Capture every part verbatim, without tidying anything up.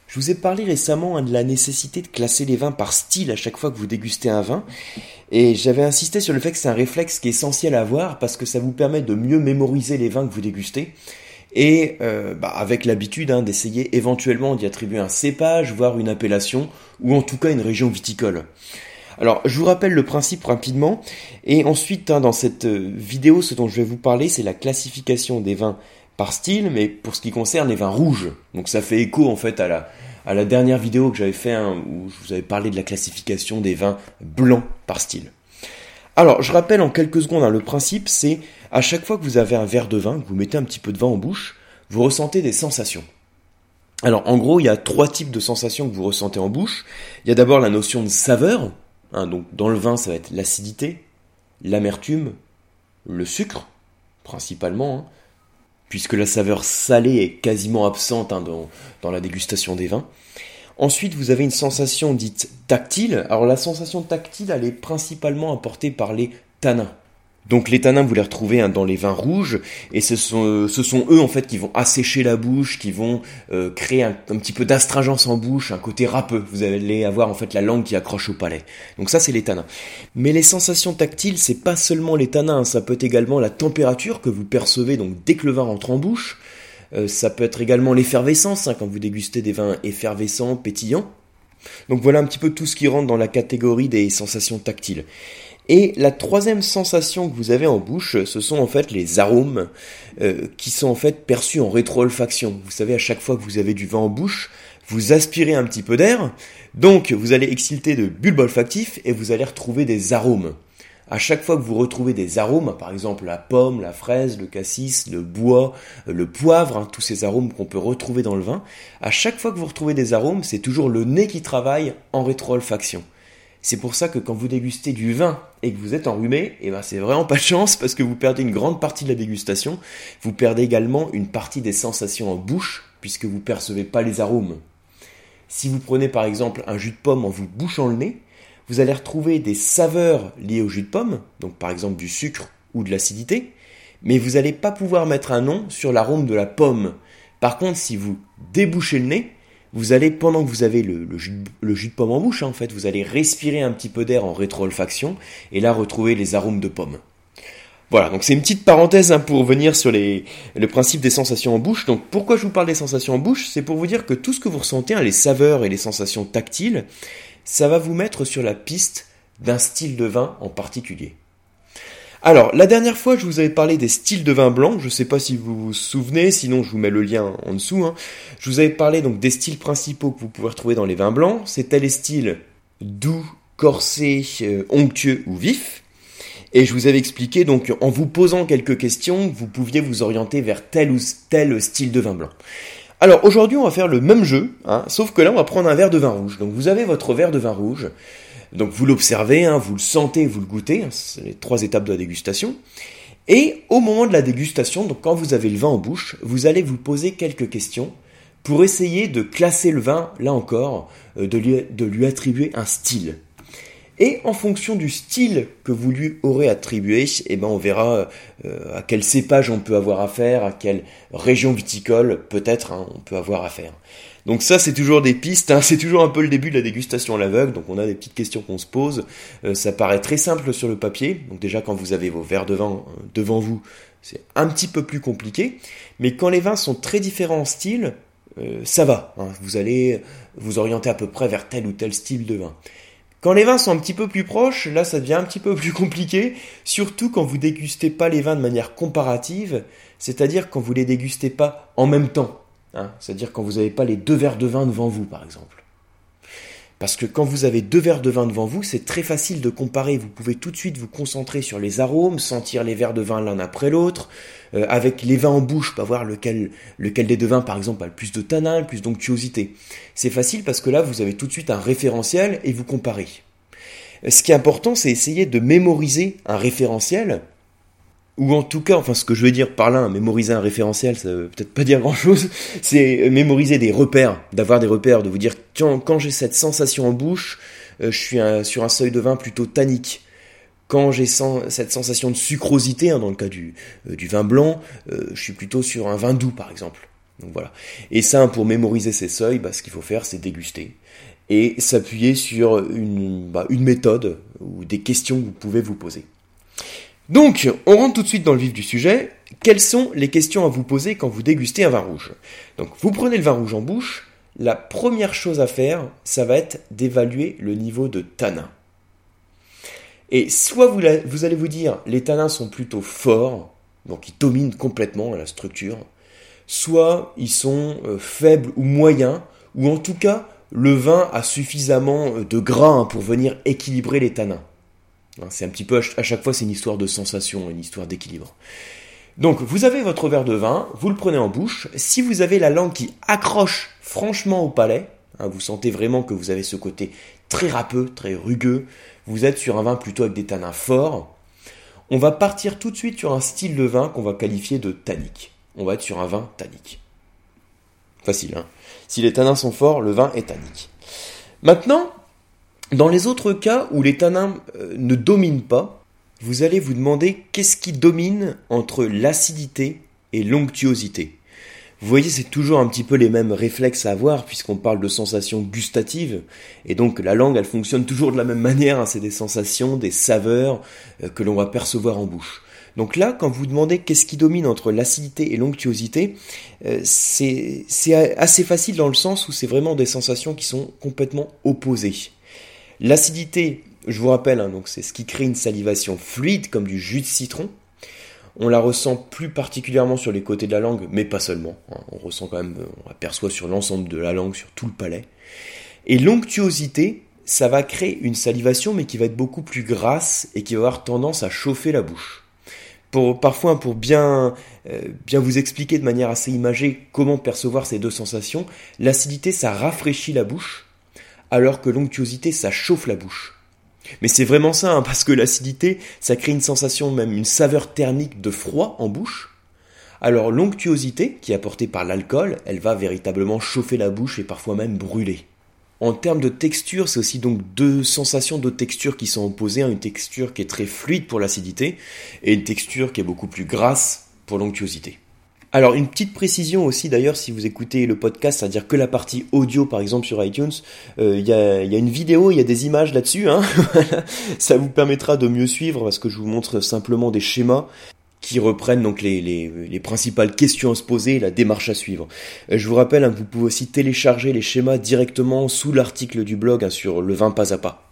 Je vous ai parlé récemment hein, de la nécessité de classer les vins par style à chaque fois que vous dégustez un vin. Et j'avais insisté sur le fait que c'est un réflexe qui est essentiel à avoir parce que ça vous permet de mieux mémoriser les vins que vous dégustez. Et euh, bah, avec l'habitude hein, d'essayer éventuellement d'y attribuer un cépage, voire une appellation, ou en tout cas une région viticole. Alors, je vous rappelle le principe rapidement, et ensuite, hein, dans cette vidéo, ce dont je vais vous parler, c'est la classification des vins par style, mais pour ce qui concerne les vins rouges. Donc ça fait écho en fait à la, à la dernière vidéo que j'avais fait, hein, où je vous avais parlé de la classification des vins blancs par style. Alors, je rappelle en quelques secondes, hein, le principe, c'est à chaque fois que vous avez un verre de vin, que vous mettez un petit peu de vin en bouche, vous ressentez des sensations. Alors, en gros, il y a trois types de sensations que vous ressentez en bouche. Il y a d'abord la notion de saveur. Hein, donc, dans le vin, ça va être l'acidité, l'amertume, le sucre, principalement, hein, puisque la saveur salée est quasiment absente hein, dans, dans la dégustation des vins. Ensuite, vous avez une sensation dite tactile. Alors, la sensation tactile, elle est principalement apportée par les tanins. Donc, les tanins, vous les retrouvez hein, dans les vins rouges, et ce sont, ce sont eux, en fait, qui vont assécher la bouche, qui vont euh, créer un, un petit peu d'astringence en bouche, un côté râpeux. Vous allez avoir, en fait, la langue qui accroche au palais. Donc ça, c'est les tanins. Mais les sensations tactiles, c'est pas seulement les tanins, hein, ça peut être également la température que vous percevez, donc dès que le vin rentre en bouche. Euh, ça peut être également l'effervescence, hein, quand vous dégustez des vins effervescents, pétillants. Donc voilà un petit peu tout ce qui rentre dans la catégorie des sensations tactiles. Et la troisième sensation que vous avez en bouche, ce sont en fait les arômes euh, qui sont en fait perçus en rétro-olfaction. Vous savez, à chaque fois que vous avez du vin en bouche, vous aspirez un petit peu d'air, donc vous allez exhalter de bulbes olfactifs et vous allez retrouver des arômes. À chaque fois que vous retrouvez des arômes, par exemple la pomme, la fraise, le cassis, le bois, le poivre, hein, tous ces arômes qu'on peut retrouver dans le vin, à chaque fois que vous retrouvez des arômes, c'est toujours le nez qui travaille en rétro-olfaction. C'est pour ça que quand vous dégustez du vin et que vous êtes enrhumé, eh ben c'est vraiment pas de chance parce que vous perdez une grande partie de la dégustation. Vous perdez également une partie des sensations en bouche puisque vous percevez pas les arômes. Si vous prenez par exemple un jus de pomme en vous bouchant le nez, vous allez retrouver des saveurs liées au jus de pomme, donc par exemple du sucre ou de l'acidité, mais vous n'allez pas pouvoir mettre un nom sur l'arôme de la pomme. Par contre, si vous débouchez le nez, vous allez, pendant que vous avez le, le, jus, le jus de pomme en bouche, hein, en fait, vous allez respirer un petit peu d'air en rétro-olfaction et là retrouver les arômes de pomme. Voilà, donc c'est une petite parenthèse hein, pour revenir sur les, le principe des sensations en bouche. Donc pourquoi je vous parle des sensations en bouche ? C'est pour vous dire que tout ce que vous ressentez, hein, les saveurs et les sensations tactiles, ça va vous mettre sur la piste d'un style de vin en particulier. Alors, la dernière fois, je vous avais parlé des styles de vin blanc. Je ne sais pas si vous vous souvenez, sinon je vous mets le lien en dessous. Hein. Je vous avais parlé donc des styles principaux que vous pouvez retrouver dans les vins blancs. C'était les styles doux, corsés, euh, onctueux ou vifs. Et je vous avais expliqué, donc, en vous posant quelques questions, vous pouviez vous orienter vers tel ou tel style de vin blanc. Alors, aujourd'hui, on va faire le même jeu, hein, sauf que là, on va prendre un verre de vin rouge. Donc, vous avez votre verre de vin rouge. Donc vous l'observez, hein, vous le sentez, vous le goûtez, hein, c'est les trois étapes de la dégustation. Et au moment de la dégustation, donc quand vous avez le vin en bouche, vous allez vous poser quelques questions pour essayer de classer le vin, là encore, euh, de, lui, de lui attribuer un style. Et en fonction du style que vous lui aurez attribué, eh ben on verra euh, à quel cépage on peut avoir affaire, à quelle région viticole peut-être hein, on peut avoir affaire. Donc ça, c'est toujours des pistes, hein, c'est toujours un peu le début de la dégustation à l'aveugle, donc on a des petites questions qu'on se pose. Euh, ça paraît très simple sur le papier, donc déjà quand vous avez vos verres de vin euh, devant vous, c'est un petit peu plus compliqué, mais quand les vins sont très différents en style, euh, ça va, hein, vous allez vous orienter à peu près vers tel ou tel style de vin. Quand les vins sont un petit peu plus proches, là ça devient un petit peu plus compliqué, surtout quand vous dégustez pas les vins de manière comparative, c'est-à-dire quand vous les dégustez pas en même temps. Hein, c'est-à-dire quand vous n'avez pas les deux verres de vin devant vous, par exemple. Parce que quand vous avez deux verres de vin devant vous, c'est très facile de comparer. Vous pouvez tout de suite vous concentrer sur les arômes, sentir les verres de vin l'un après l'autre, euh, avec les vins en bouche, pas voir lequel, lequel des deux vins, par exemple, a le plus de tanin, le plus d'onctuosité. C'est facile parce que là, vous avez tout de suite un référentiel et vous comparez. Ce qui est important, c'est essayer de mémoriser un référentiel, ou en tout cas, enfin ce que je veux dire par là, mémoriser un référentiel, ça veut peut-être pas dire grand-chose, c'est mémoriser des repères, d'avoir des repères, de vous dire quand, quand j'ai cette sensation en bouche, euh, je suis un, sur un seuil de vin plutôt tannique. Quand j'ai sen- cette sensation de sucrosité, hein, dans le cas du, euh, du vin blanc, euh, je suis plutôt sur un vin doux par exemple. Donc voilà. Et ça, pour mémoriser ces seuils, bah, ce qu'il faut faire, c'est déguster. Et s'appuyer sur une, bah, une méthode ou des questions que vous pouvez vous poser. Donc, on rentre tout de suite dans le vif du sujet. Quelles sont les questions à vous poser quand vous dégustez un vin rouge ? Donc, vous prenez le vin rouge en bouche. La première chose à faire, ça va être d'évaluer le niveau de tanin. Et soit vous, la, vous allez vous dire, les tanins sont plutôt forts, donc ils dominent complètement la structure, soit ils sont euh, faibles ou moyens, ou en tout cas, le vin a suffisamment de gras hein, pour venir équilibrer les tanins. C'est un petit peu, à chaque fois, c'est une histoire de sensation, une histoire d'équilibre. Donc, vous avez votre verre de vin, vous le prenez en bouche. Si vous avez la langue qui accroche franchement au palais, hein, vous sentez vraiment que vous avez ce côté très râpeux, très rugueux, vous êtes sur un vin plutôt avec des tanins forts, on va partir tout de suite sur un style de vin qu'on va qualifier de tannique. On va être sur un vin tannique. Facile, hein. Si les tanins sont forts, le vin est tannique. Maintenant, dans les autres cas où les tanins euh, ne dominent pas, vous allez vous demander qu'est-ce qui domine entre l'acidité et l'onctuosité. Vous voyez, c'est toujours un petit peu les mêmes réflexes à avoir puisqu'on parle de sensations gustatives. Et donc la langue, elle fonctionne toujours de la même manière. Hein, c'est des sensations, des saveurs euh, que l'on va percevoir en bouche. Donc là, quand vous demandez qu'est-ce qui domine entre l'acidité et l'onctuosité, euh, c'est, c'est assez facile dans le sens où c'est vraiment des sensations qui sont complètement opposées. L'acidité, je vous rappelle, hein, donc c'est ce qui crée une salivation fluide comme du jus de citron. On la ressent plus particulièrement sur les côtés de la langue, mais pas seulement. Hein, on ressent quand même, on aperçoit sur l'ensemble de la langue, sur tout le palais. Et l'onctuosité, ça va créer une salivation, mais qui va être beaucoup plus grasse et qui va avoir tendance à chauffer la bouche. Pour, parfois, pour bien, euh, bien vous expliquer de manière assez imagée comment percevoir ces deux sensations, l'acidité, ça rafraîchit la bouche, alors que l'onctuosité, ça chauffe la bouche. Mais c'est vraiment ça, hein, parce que l'acidité, ça crée une sensation, même une saveur thermique de froid en bouche. Alors l'onctuosité, qui est apportée par l'alcool, elle va véritablement chauffer la bouche et parfois même brûler. En termes de texture, c'est aussi donc deux sensations de texture qui sont opposées, hein, une texture qui est très fluide pour l'acidité et une texture qui est beaucoup plus grasse pour l'onctuosité. Alors une petite précision aussi d'ailleurs si vous écoutez le podcast, c'est-à-dire que la partie audio par exemple sur iTunes, il euh, y, a, y a une vidéo, il y a des images là-dessus, hein. Ça vous permettra de mieux suivre parce que je vous montre simplement des schémas qui reprennent donc les, les, les principales questions à se poser et la démarche à suivre. Euh, je vous rappelle hein, que vous pouvez aussi télécharger les schémas directement sous l'article du blog hein, sur le vin pas à pas.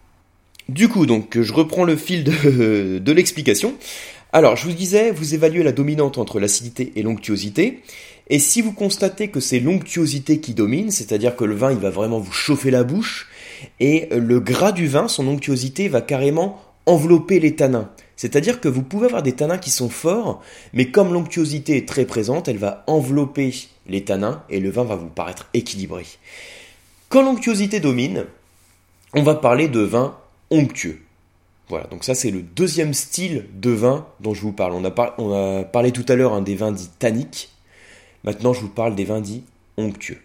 Du coup donc je reprends le fil de, de l'explication. Alors, je vous disais, vous évaluez la dominante entre l'acidité et l'onctuosité, et si vous constatez que c'est l'onctuosité qui domine, c'est-à-dire que le vin, il va vraiment vous chauffer la bouche, et le gras du vin, son onctuosité, va carrément envelopper les tanins. C'est-à-dire que vous pouvez avoir des tanins qui sont forts, mais comme l'onctuosité est très présente, elle va envelopper les tanins, et le vin va vous paraître équilibré. Quand l'onctuosité domine, on va parler de vin onctueux. Voilà, donc ça c'est le deuxième style de vin dont je vous parle. On a, par, on a parlé tout à l'heure hein, des vins dits tanniques. Maintenant je vous parle des vins dits onctueux.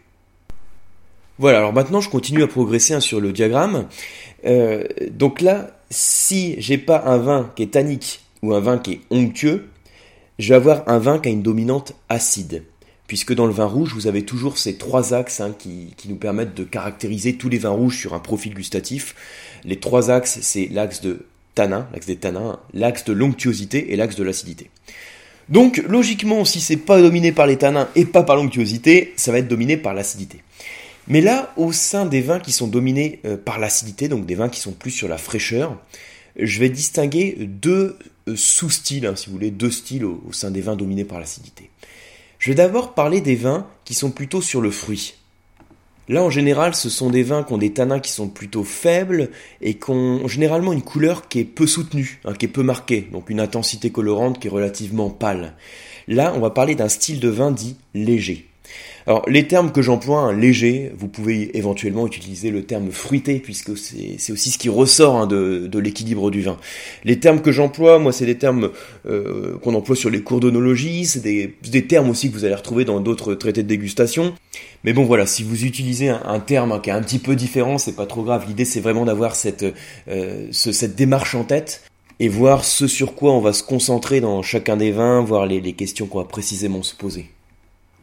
Voilà, alors maintenant je continue à progresser hein, sur le diagramme. Euh, donc là, si j'ai pas un vin qui est tannique ou un vin qui est onctueux, je vais avoir un vin qui a une dominante acide. Puisque dans le vin rouge, vous avez toujours ces trois axes hein, qui, qui nous permettent de caractériser tous les vins rouges sur un profil gustatif. Les trois axes, c'est l'axe de tanin, l'axe des tanins, l'axe de l'onctuosité et l'axe de l'acidité. Donc, logiquement, si c'est pas dominé par les tanins et pas par l'onctuosité, ça va être dominé par l'acidité. Mais là, au sein des vins qui sont dominés euh, par l'acidité, donc des vins qui sont plus sur la fraîcheur, je vais distinguer deux euh, sous-styles, hein, si vous voulez, deux styles au, au sein des vins dominés par l'acidité. Je vais d'abord parler des vins qui sont plutôt sur le fruit. Là, en général, ce sont des vins qui ont des tanins qui sont plutôt faibles et qui ont généralement une couleur qui est peu soutenue, hein, qui est peu marquée, donc une intensité colorante qui est relativement pâle. Là, on va parler d'un style de vin dit léger. Alors, les termes que j'emploie, hein, léger, vous pouvez éventuellement utiliser le terme fruité, puisque c'est, c'est aussi ce qui ressort hein, de, de l'équilibre du vin. Les termes que j'emploie, moi, c'est des termes euh, qu'on emploie sur les cours d'onologie, c'est des, des termes aussi que vous allez retrouver dans d'autres traités de dégustation. Mais bon, voilà, si vous utilisez un, un terme hein, qui est un petit peu différent, c'est pas trop grave. L'idée, c'est vraiment d'avoir cette, euh, ce, cette démarche en tête et voir ce sur quoi on va se concentrer dans chacun des vins, voir les, les questions qu'on va précisément se poser.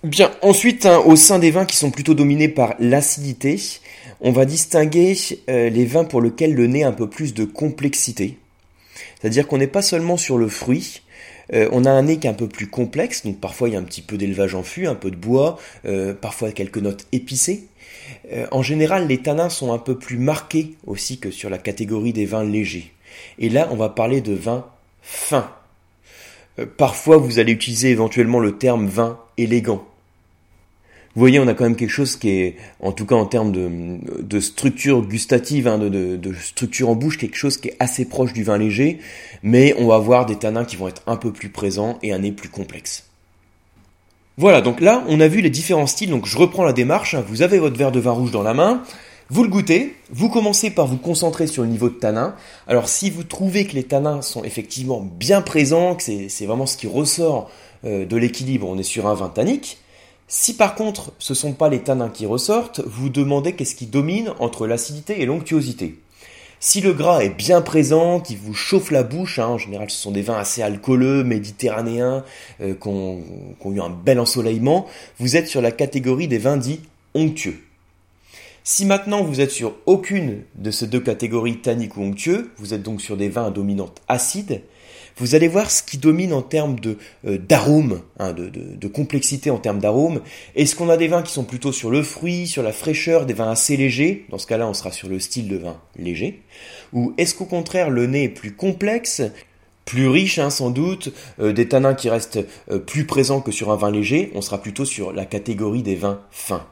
Bien, ensuite, hein, au sein des vins qui sont plutôt dominés par l'acidité, on va distinguer euh, les vins pour lesquels le nez a un peu plus de complexité. C'est-à-dire qu'on n'est pas seulement sur le fruit, euh, on a un nez qui est un peu plus complexe, donc parfois il y a un petit peu d'élevage en fût, un peu de bois, euh, parfois quelques notes épicées. Euh, en général, les tanins sont un peu plus marqués aussi que sur la catégorie des vins légers. Et là, on va parler de vins fins. Euh, parfois, vous allez utiliser éventuellement le terme vin élégant. Vous voyez, on a quand même quelque chose qui est, en tout cas en termes de, de structure gustative, hein, de, de, de structure en bouche, quelque chose qui est assez proche du vin léger, mais on va avoir des tanins qui vont être un peu plus présents et un nez plus complexe. Voilà, donc là, on a vu les différents styles, donc je reprends la démarche, hein. Vous avez votre verre de vin rouge dans la main, vous le goûtez, vous commencez par vous concentrer sur le niveau de tanin. Alors si vous trouvez que les tanins sont effectivement bien présents, que c'est, c'est vraiment ce qui ressort euh, de l'équilibre, on est sur un vin tannique. Si par contre ce ne sont pas les tanins qui ressortent, vous demandez qu'est-ce qui domine entre l'acidité et l'onctuosité. Si le gras est bien présent, qui vous chauffe la bouche, hein, en général ce sont des vins assez alcooleux, méditerranéens, euh, qui ont, qui ont eu un bel ensoleillement, vous êtes sur la catégorie des vins dits onctueux. Si maintenant vous êtes sur aucune de ces deux catégories, tannique ou onctueux, vous êtes donc sur des vins à dominante acide, vous allez voir ce qui domine en termes de, euh, d'arôme, hein, de, de, de complexité en termes d'arôme. Est-ce qu'on a des vins qui sont plutôt sur le fruit, sur la fraîcheur, des vins assez légers? Dans ce cas-là, on sera sur le style de vin léger. Ou est-ce qu'au contraire, le nez est plus complexe, plus riche, hein, sans doute, euh, des tanins qui restent euh, plus présents que sur un vin léger? On sera plutôt sur la catégorie des vins fins.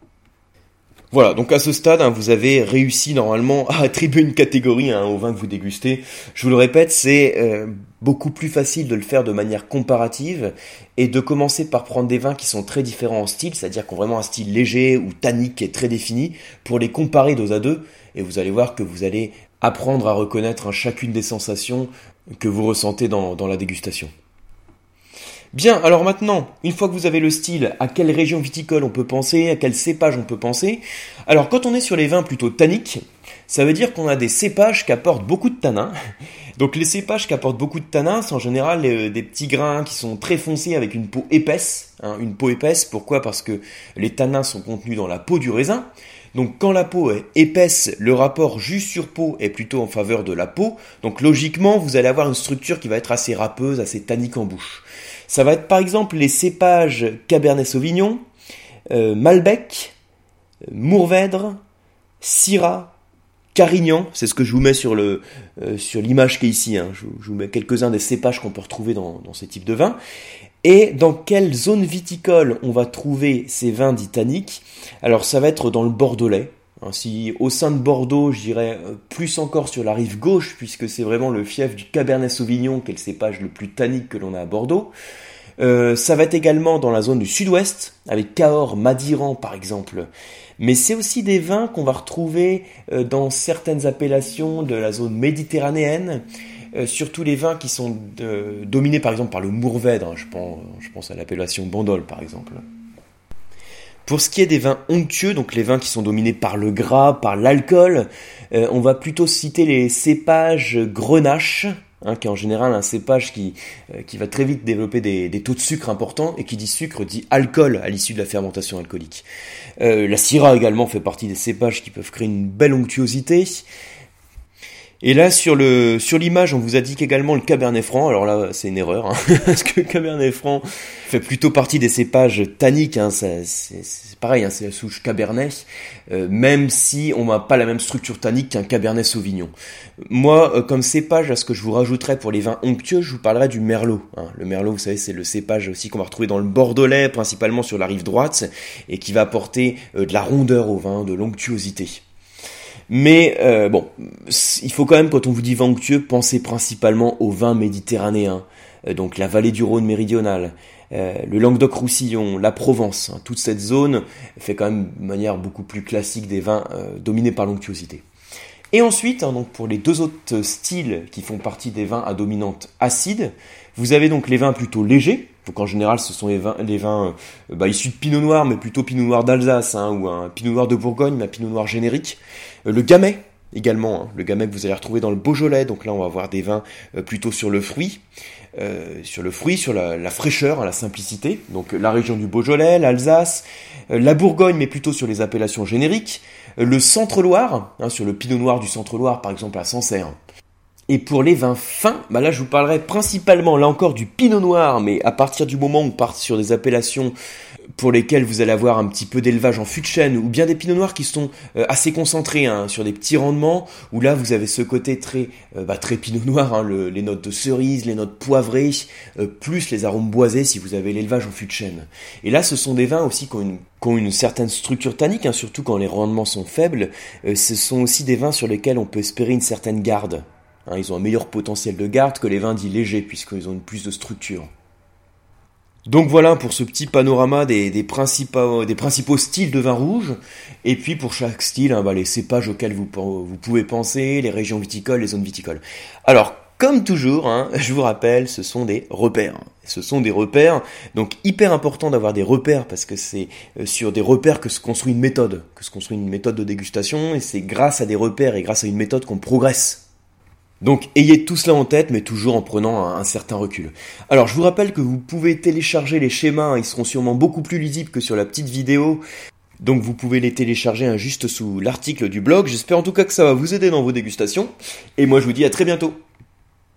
Voilà, donc à ce stade, hein, vous avez réussi normalement à attribuer une catégorie hein, au vin que vous dégustez. Je vous le répète, c'est euh, beaucoup plus facile de le faire de manière comparative et de commencer par prendre des vins qui sont très différents en style, c'est-à-dire qui ont vraiment un style léger ou tannique qui est très défini, pour les comparer dos à deux. Et vous allez voir que vous allez apprendre à reconnaître hein, chacune des sensations que vous ressentez dans, dans la dégustation. Bien, alors maintenant, une fois que vous avez le style, à quelle région viticole on peut penser, à quel cépage on peut penser? Alors quand on est sur les vins plutôt tanniques, ça veut dire qu'on a des cépages qui apportent beaucoup de tanins. Donc les cépages qui apportent beaucoup de tanins, c'est en général les, des petits grains qui sont très foncés avec une peau épaisse. Hein, une peau épaisse, pourquoi? Parce que les tanins sont contenus dans la peau du raisin. Donc quand la peau est épaisse, le rapport jus sur peau est plutôt en faveur de la peau. Donc logiquement, vous allez avoir une structure qui va être assez râpeuse, assez tannique en bouche. Ça va être par exemple les cépages Cabernet Sauvignon, euh, Malbec, Mourvèdre, Syrah, Carignan. C'est ce que je vous mets sur, le, euh, sur l'image qui est ici. Hein. Je, je vous mets quelques-uns des cépages qu'on peut retrouver dans, dans ces types de vins. Et dans quelle zone viticole on va trouver ces vins dits tanniques? Alors ça va être dans le Bordelais. Si au sein de Bordeaux, je dirais plus encore sur la rive gauche, puisque c'est vraiment le fief du Cabernet Sauvignon qui est le cépage le plus tannique que l'on a à Bordeaux. Euh, ça va être également dans la zone du sud-ouest, avec Cahors, Madiran par exemple. Mais c'est aussi des vins qu'on va retrouver euh, dans certaines appellations de la zone méditerranéenne, euh, surtout les vins qui sont euh, dominés par exemple par le Mourvèdre, hein, je pense, je pense à l'appellation Bandol par exemple. Pour ce qui est des vins onctueux, donc les vins qui sont dominés par le gras, par l'alcool, euh, on va plutôt citer les cépages Grenache, hein, qui est en général un cépage qui, euh, qui va très vite développer des, des taux de sucre importants, et qui dit sucre dit alcool à l'issue de la fermentation alcoolique. Euh, la Syrah également fait partie des cépages qui peuvent créer une belle onctuosité. Et là, sur le sur l'image, on vous indique également le Cabernet Franc. Alors là, c'est une erreur, hein, parce que le Cabernet Franc fait plutôt partie des cépages tanniques. Hein, c'est, c'est, c'est pareil, hein, c'est la souche Cabernet, euh, même si on n'a pas la même structure tannique qu'un Cabernet Sauvignon. Moi, euh, comme cépage, à ce que je vous rajouterais pour les vins onctueux, je vous parlerai du Merlot. Hein. Le Merlot, vous savez, c'est le cépage aussi qu'on va retrouver dans le Bordelais, principalement sur la rive droite, et qui va apporter euh, de la rondeur au vin, de l'onctuosité. Mais euh, bon, il faut quand même, quand on vous dit vin onctueux, penser principalement aux vins méditerranéens, euh, donc la vallée du Rhône méridionale, euh, le Languedoc-Roussillon, la Provence, hein, toute cette zone fait quand même de manière beaucoup plus classique des vins euh, dominés par l'onctuosité. Et ensuite, hein, donc pour les deux autres styles qui font partie des vins à dominante acide, vous avez donc les vins plutôt légers. Donc en général, ce sont les vins, les vins euh, bah, issus de Pinot Noir, mais plutôt Pinot Noir d'Alsace, hein, ou un Pinot Noir de Bourgogne, mais un Pinot Noir générique. Euh, le Gamay, également, hein. Le Gamay que vous allez retrouver dans le Beaujolais, donc là on va avoir des vins euh, plutôt sur le fruit, euh, sur le fruit, sur la, la fraîcheur, hein, la simplicité. Donc la région du Beaujolais, l'Alsace, euh, la Bourgogne, mais plutôt sur les appellations génériques, euh, le Centre-Loire, hein, sur le Pinot Noir du Centre-Loire, par exemple à Sancerre. Et pour les vins fins, bah là je vous parlerai principalement, là encore, du Pinot Noir, mais à partir du moment où on part sur des appellations pour lesquelles vous allez avoir un petit peu d'élevage en fût de chêne, ou bien des Pinots Noirs qui sont euh, assez concentrés, hein, sur des petits rendements, où là vous avez ce côté très euh, bah, très Pinot Noir, hein, le, les notes de cerise, les notes poivrées, euh, plus les arômes boisés si vous avez l'élevage en fût de chêne. Et là ce sont des vins aussi qui ont une, qui ont une certaine structure tannique, hein, surtout quand les rendements sont faibles. Euh, ce sont aussi des vins sur lesquels on peut espérer une certaine garde. Hein, ils ont un meilleur potentiel de garde que les vins dits légers, puisqu'ils ont une plus de structure. Donc voilà pour ce petit panorama des, des, principaux, des principaux styles de vin rouge. Et puis pour chaque style, hein, bah, les cépages auxquels vous, vous pouvez penser, les régions viticoles, les zones viticoles. Alors, comme toujours, hein, je vous rappelle, ce sont des repères. Ce sont des repères, donc hyper important d'avoir des repères, parce que c'est sur des repères que se construit une méthode, que se construit une méthode de dégustation, et c'est grâce à des repères et grâce à une méthode qu'on progresse. Donc ayez tout cela en tête, mais toujours en prenant un, un certain recul. Alors je vous rappelle que vous pouvez télécharger les schémas, ils seront sûrement beaucoup plus lisibles que sur la petite vidéo. Donc vous pouvez les télécharger, hein, juste sous l'article du blog. J'espère en tout cas que ça va vous aider dans vos dégustations. Et moi je vous dis à très bientôt.